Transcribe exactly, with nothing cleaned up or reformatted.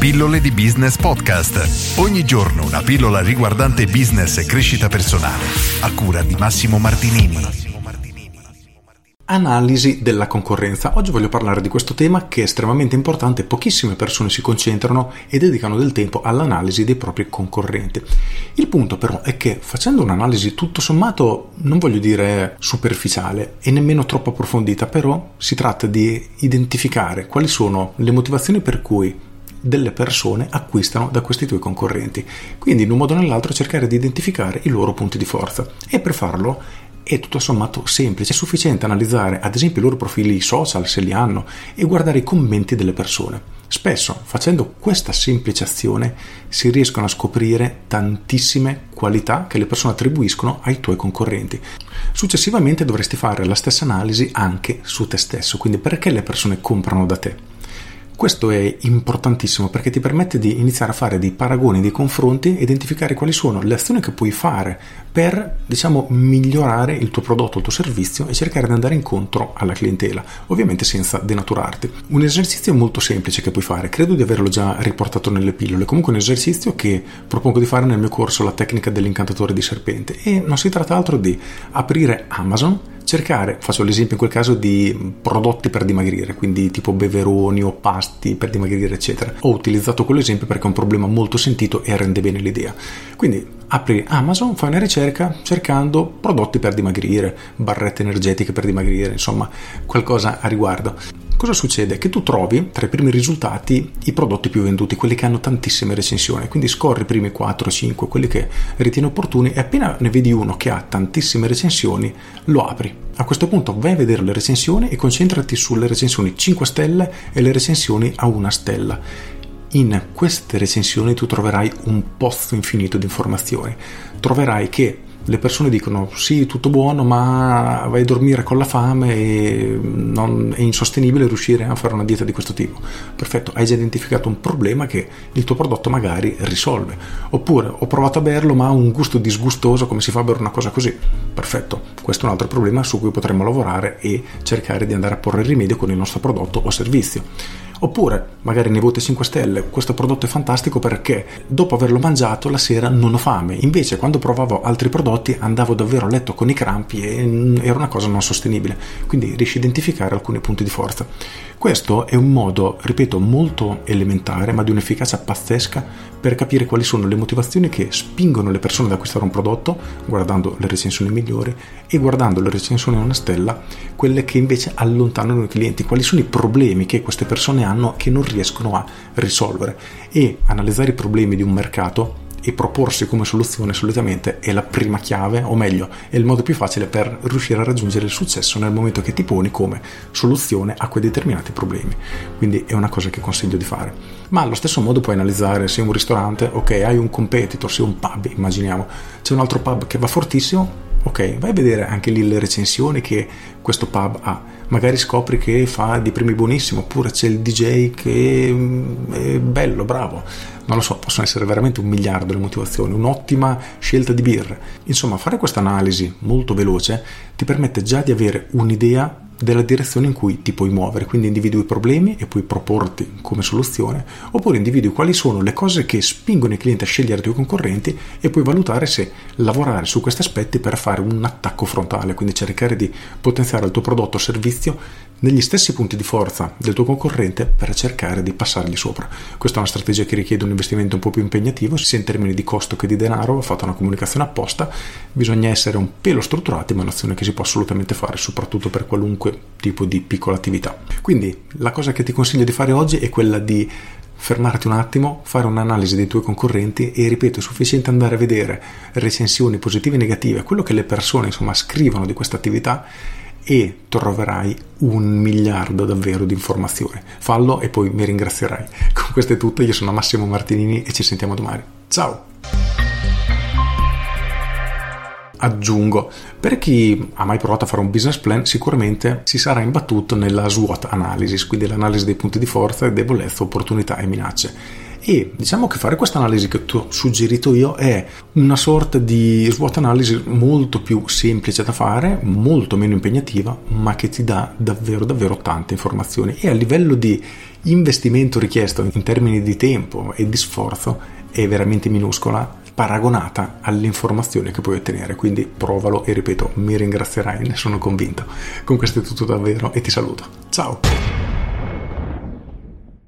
Pillole di Business Podcast. Ogni giorno una pillola riguardante business e crescita personale. A cura di Massimo Martinini. Analisi della concorrenza. Oggi voglio parlare di questo tema che è estremamente importante. Pochissime persone si concentrano e dedicano del tempo all'analisi dei propri concorrenti. Il punto però è che facendo un'analisi tutto sommato, non voglio dire superficiale e nemmeno troppo approfondita, però si tratta di identificare quali sono le motivazioni per cui delle persone acquistano da questi tuoi concorrenti. Quindi in un modo o nell'altro cercare di identificare i loro punti di forza, e per farlo è tutto sommato semplice. È sufficiente analizzare ad esempio i loro profili social, se li hanno, e guardare i commenti delle persone. Spesso facendo questa semplice azione si riescono a scoprire tantissime qualità che le persone attribuiscono ai tuoi concorrenti. Successivamente dovresti fare la stessa analisi anche su te stesso, quindi perché le persone comprano da te. Questo è importantissimo perché ti permette di iniziare a fare dei paragoni, dei confronti, identificare quali sono le azioni che puoi fare per, diciamo, migliorare il tuo prodotto, il tuo servizio e cercare di andare incontro alla clientela, ovviamente senza denaturarti. Un esercizio molto semplice che puoi fare, credo di averlo già riportato nelle pillole, comunque un esercizio che propongo di fare nel mio corso La tecnica dell'incantatore di serpente, e non si tratta altro di aprire Amazon, cercare, faccio l'esempio in quel caso di prodotti per dimagrire, quindi tipo beveroni o pasti per dimagrire eccetera. Ho utilizzato quell'esempio perché è un problema molto sentito e rende bene l'idea. Quindi apri Amazon, fai una ricerca cercando prodotti per dimagrire, barrette energetiche per dimagrire, insomma qualcosa a riguardo. Cosa succede? Che tu trovi tra i primi risultati i prodotti più venduti, quelli che hanno tantissime recensioni, quindi scorri i primi quattro cinque, quelli che ritieni opportuni, e appena ne vedi uno che ha tantissime recensioni lo apri. A questo punto vai a vedere le recensioni e concentrati sulle recensioni cinque stelle e le recensioni a una stella. In queste recensioni tu troverai un pozzo infinito di informazioni. Troverai che le persone dicono sì, tutto buono, ma vai a dormire con la fame e non è insostenibile riuscire a fare una dieta di questo tipo. Perfetto, hai già identificato un problema che il tuo prodotto magari risolve. Oppure ho provato a berlo ma ha un gusto disgustoso, come si fa a bere una cosa così? Perfetto, questo è un altro problema su cui potremmo lavorare e cercare di andare a porre rimedio con il nostro prodotto o servizio. Oppure magari nei voti cinque stelle, questo prodotto è fantastico perché dopo averlo mangiato la sera non ho fame, invece quando provavo altri prodotti andavo davvero a letto con i crampi e era una cosa non sostenibile. Quindi riesci a identificare alcuni punti di forza. Questo è un modo, ripeto, molto elementare ma di un'efficacia pazzesca per capire quali sono le motivazioni che spingono le persone ad acquistare un prodotto, guardando le recensioni migliori, e guardando le recensioni a una stella, quelle che invece allontanano i clienti, quali sono i problemi che queste persone hanno che non riescono a risolvere. E analizzare i problemi di un mercato e proporsi come soluzione solitamente è la prima chiave, o meglio è il modo più facile per riuscire a raggiungere il successo nel momento che ti poni come soluzione a quei determinati problemi. Quindi è una cosa che consiglio di fare. Ma allo stesso modo puoi analizzare se un ristorante, ok, hai un competitor, se un pub, immaginiamo c'è un altro pub che va fortissimo, ok, vai a vedere anche lì le recensioni che questo pub ha, magari scopri che fa di primi buonissimo, oppure c'è il D J che è bello, bravo, non lo so, possono essere veramente un miliardo le motivazioni, un'ottima scelta di birre. Insomma, fare questa analisi molto veloce ti permette già di avere un'idea della direzione in cui ti puoi muovere, quindi individui i problemi e puoi proporti come soluzione, oppure individui quali sono le cose che spingono i clienti a scegliere i tuoi concorrenti e puoi valutare se lavorare su questi aspetti per fare un attacco frontale, quindi cercare di potenziare il tuo prodotto o servizio negli stessi punti di forza del tuo concorrente per cercare di passargli sopra. Questa è una strategia che richiede un investimento un po' più impegnativo, sia in termini di costo che di denaro. Ho fatto una comunicazione apposta, bisogna essere un pelo strutturati, ma è un'azione che si può assolutamente fare, soprattutto per qualunque tipo di piccola attività. Quindi la cosa che ti consiglio di fare oggi è quella di fermarti un attimo, fare un'analisi dei tuoi concorrenti e, ripeto, è sufficiente andare a vedere recensioni positive e negative, quello che le persone insomma scrivono di questa attività, e troverai un miliardo davvero di informazioni. Fallo e poi mi ringrazierai. Con questo è tutto, io sono Massimo Martinini e ci sentiamo domani. Ciao! Aggiungo, per chi ha mai provato a fare un business plan sicuramente si sarà imbattuto nella SWOT analysis, quindi l'analisi dei punti di forza, debolezza, opportunità e minacce. E diciamo che fare questa analisi che ti ho suggerito io è una sorta di SWOT analysis molto più semplice da fare, molto meno impegnativa, ma che ti dà davvero davvero tante informazioni, e a livello di investimento richiesto in termini di tempo e di sforzo è veramente minuscola paragonata all'informazione che puoi ottenere. Quindi provalo e ripeto, mi ringrazierai, ne sono convinto. Con questo è tutto davvero e ti saluto. Ciao!